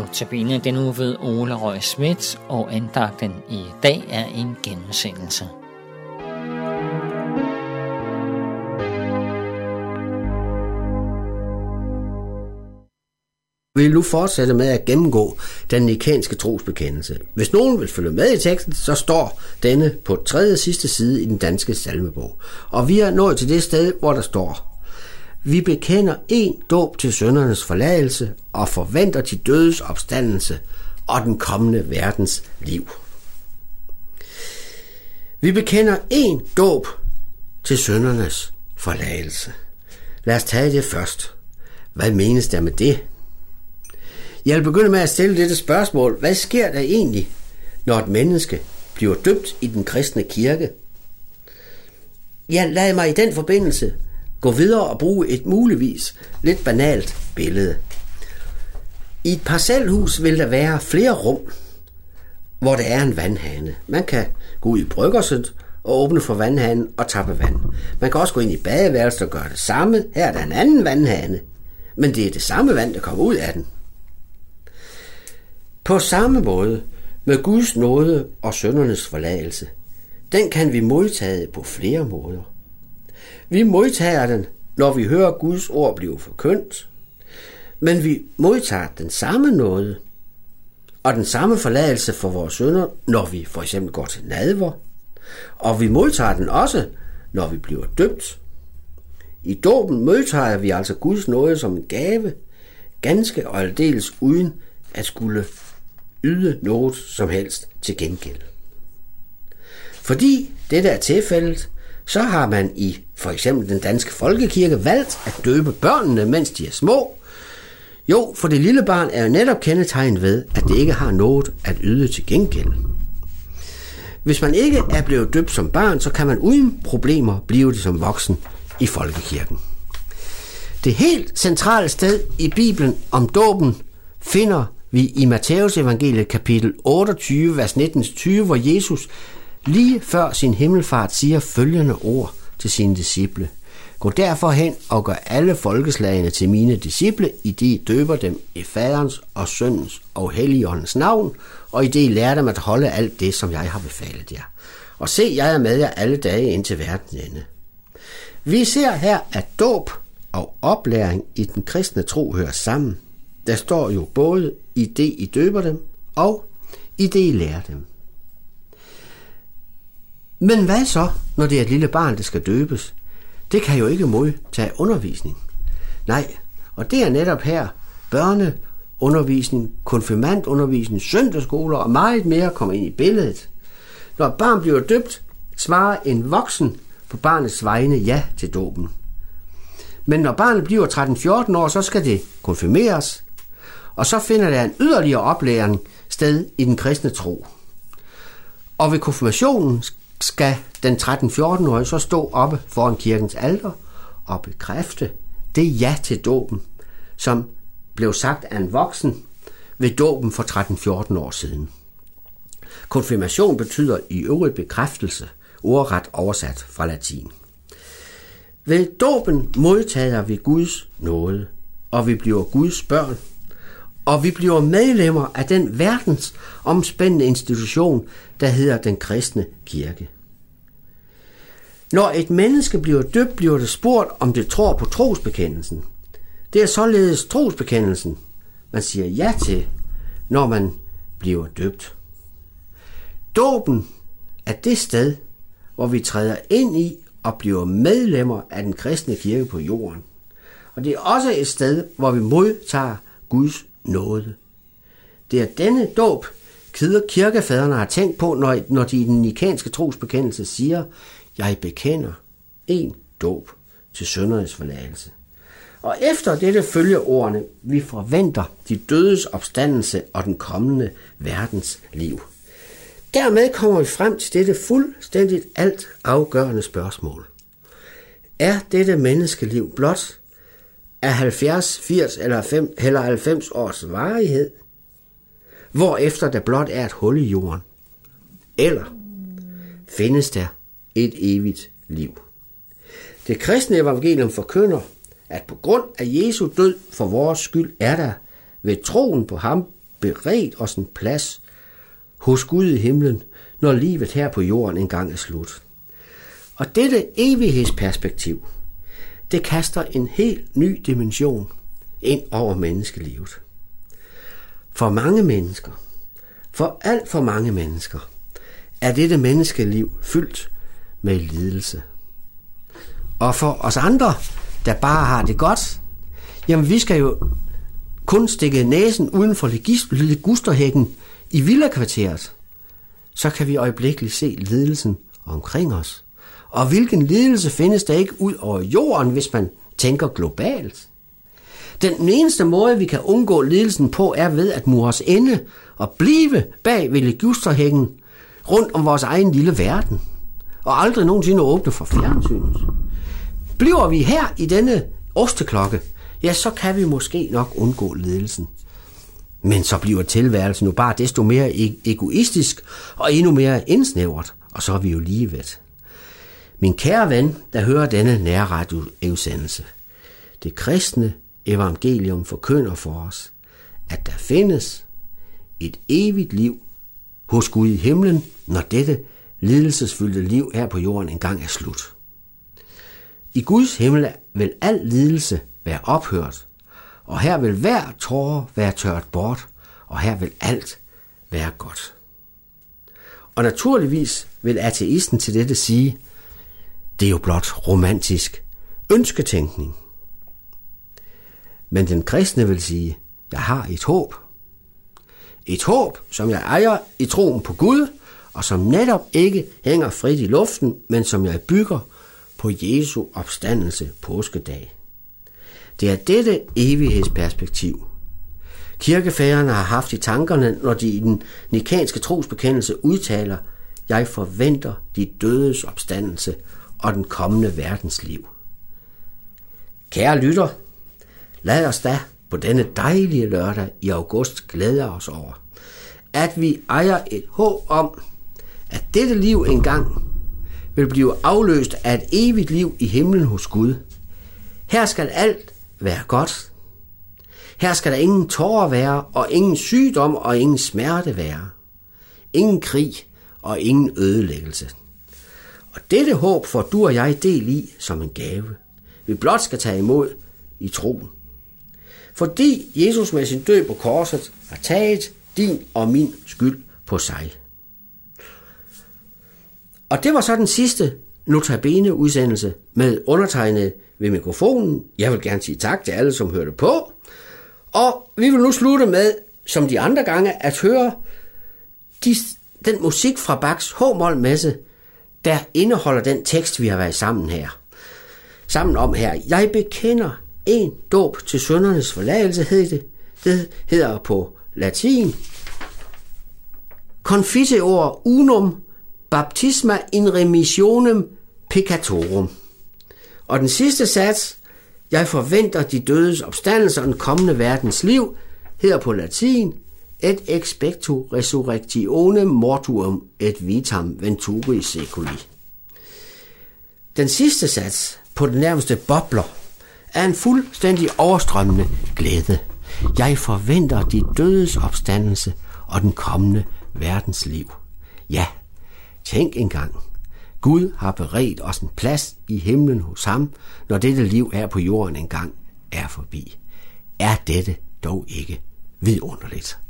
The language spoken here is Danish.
Notabene den uge ved Ole Røg Schmidt, og andagten i dag er en genudsendelse. Vi vil nu fortsætte med at gennemgå den nikanske trosbekendelse. Hvis nogen vil følge med i teksten, så står denne på tredje sidste side i den danske salmebog. Og vi er nået til det sted, hvor der står: Vi bekender én dåb til syndernes forladelse og forventer de dødes opstandelse og den kommende verdens liv. Vi bekender én dåb til syndernes forladelse. Lad os tage det først. Hvad menes der med det? Jeg vil begynde med at stille dette spørgsmål. Hvad sker der egentlig, når et menneske bliver døbt i den kristne kirke? Lad mig i den forbindelse gå videre og bruge et muligvis lidt banalt billede. I et parcelhus vil der være flere rum, hvor der er en vandhane. Man kan gå ud i bryggerset og åbne for vandhanen og tappe vand. Man kan også gå ind i badeværelset og gøre det samme. Her er der en anden vandhane, men det er det samme vand, der kommer ud af den. På samme måde med Guds nåde og syndernes forladelse, den kan vi modtage på flere måder. Vi modtager den, når vi hører Guds ord blive forkyndt, men vi modtager den samme nåde og den samme forladelse for vores synder, når vi for eksempel går til nadver, og vi modtager den også, når vi bliver døbt. I dåben modtager vi altså Guds nåde som en gave, ganske og aldeles uden at skulle yde noget som helst til gengæld. Fordi dette er tilfældet, så har man i for eksempel den danske folkekirke valgt at døbe børnene, mens de er små. Jo, for det lille barn er jo netop kendetegnet ved, at det ikke har noget at yde til gengæld. Hvis man ikke er blevet døbt som barn, så kan man uden problemer blive det som voksen i folkekirken. Det helt centrale sted i Bibelen om dåben finder vi i Matthæus evangeliet kapitel 28, vers 19-20, hvor Jesus lige før sin himmelfart siger følgende ord til sine disciple: Gå derfor hen og gør alle folkeslagene til mine disciple, i det I døber dem i Faderens og Søndens og Helligåndens navn, og i det I lærer dem at holde alt det, som jeg har befalet jer. Og se, jeg er med jer alle dage indtil verdens ende. Vi ser her, at dåb og oplæring i den kristne tro hører sammen. Der står jo både i det, I døber dem, og i det, I lærer dem. Men hvad så, når det er et lille barn, der skal døbes? Det kan jo ikke modtage undervisning. Nej, og det er netop her børneundervisning, konfirmandundervisning, søndagsskoler og meget mere kommer ind i billedet. Når et barn bliver døbt, svarer en voksen på barnets vegne ja til dåben. Men når barnet bliver 13-14 år, så skal det konfirmeres, og så finder der en yderligere oplæring sted i den kristne tro. Og ved konfirmationen skal den 13-14-årige så stå oppe foran kirkens alter og bekræfte det ja til dåben, som blev sagt af en voksen ved dåben for 13-14 år siden. Konfirmation betyder i øvrigt bekræftelse, ordret oversat fra latin. Ved dåben modtager vi Guds nåde, og vi bliver Guds børn, og vi bliver medlemmer af den verdensomspændende institution, der hedder den kristne kirke. Når et menneske bliver døbt, bliver det spurgt, om det tror på trosbekendelsen. Det er således trosbekendelsen, man siger ja til, når man bliver døbt. Dåben er det sted, hvor vi træder ind i og bliver medlemmer af den kristne kirke på jorden. Og det er også et sted, hvor vi modtager Guds nåde. Det er denne dåb, kirkefædrene har tænkt på, når de i den nikanske trosbekendelse siger: Jeg bekender én dåb til syndernes forladelse. Og efter dette følger ordene: Vi forventer de dødes opstandelse og den kommende verdens liv. Dermed kommer vi frem til dette fuldstændigt alt afgørende spørgsmål. Er dette menneskeliv blot af 70, 80 eller 90 års varighed, hvorefter der blot er et hul i jorden? Eller findes der et evigt liv? Det kristne evangelium forkynder, at på grund af Jesu død for vores skyld er der ved troen på ham beredt os en plads hos Gud i himlen, når livet her på jorden engang er slut. Og dette evighedsperspektiv, det kaster en helt ny dimension ind over menneskelivet. For mange mennesker, for alt for mange mennesker, er dette menneskeliv fyldt med lidelse. Og for os andre, der bare har det godt, jamen vi skal jo kun stikke næsen uden for ligusterhækken i villakvarteret, så kan vi øjeblikkeligt se lidelsen omkring os. Og hvilken lidelse findes der ikke ud over jorden, hvis man tænker globalt? Den eneste måde, vi kan undgå lidelsen på, er ved at mure os inde og blive bag ved ligusterhækken rundt om vores egen lille verden, og aldrig nogensinde åbne for fjernsynet. Bliver vi her i denne osteklokke, ja, så kan vi måske nok undgå lidelsen. Men så bliver tilværelsen jo bare desto mere egoistisk og endnu mere indsnævret, og så er vi jo lige ved. Min kære ven, der hører denne nærradioudsendelse, det kristne evangelium forkynder for os, at der findes et evigt liv hos Gud i himlen, når dette lidelsesfyldte liv her på jorden engang er slut. I Guds himmel vil al lidelse være ophørt, og her vil hver tåre være tørret bort, og her vil alt være godt. Og naturligvis vil ateisten til dette sige, det er jo blot romantisk ønsketænkning. Men den kristne vil sige, jeg har et håb. Et håb, som jeg ejer i troen på Gud, og som netop ikke hænger frit i luften, men som jeg bygger på Jesu opstandelse påskedag. Det er dette evighedsperspektiv, kirkefædrene har haft i tankerne, når de i den nikanske trosbekendelse udtaler, jeg forventer de dødes opstandelse og den kommende verdensliv. Kære lytter, lad os da på denne dejlige lørdag i august glæde os over, at vi ejer et håb om, at dette liv engang vil blive afløst af et evigt liv i himlen hos Gud. Her skal alt være godt. Her skal der ingen tårer være, og ingen sygdom og ingen smerte være. Ingen krig og ingen ødelæggelse. Og dette håb får du og jeg del i som en gave, vi blot skal tage imod i troen. Fordi Jesus med sin død på korset har taget din og min skyld på sig. Og det var så den sidste notabene udsendelse med undertegnet ved mikrofonen. Jeg vil gerne sige tak til alle, som hørte på. Og vi vil nu slutte med, som de andre gange, at høre den musik fra Bachs H-mol-messe, der indeholder den tekst, vi har været sammen om her. Jeg bekender en dåb til syndernes forladelse, det hedder på latin Confiteor unum baptisma in remissionem peccatorum. Og den sidste sats, jeg forventer de dødes opstandelse og den kommende verdens liv, hedder på latin et expectu resurrectionem mortuum et vitam venturi seculi. Den sidste sats på den nærmeste bobler er en fuldstændig overstrømmende glæde. Jeg forventer de dødes opstandelse og den kommende verdens liv. Ja, tænk engang. Gud har beredt os en plads i himlen hos ham, når dette liv her på jorden engang er forbi. Er dette dog ikke vidunderligt?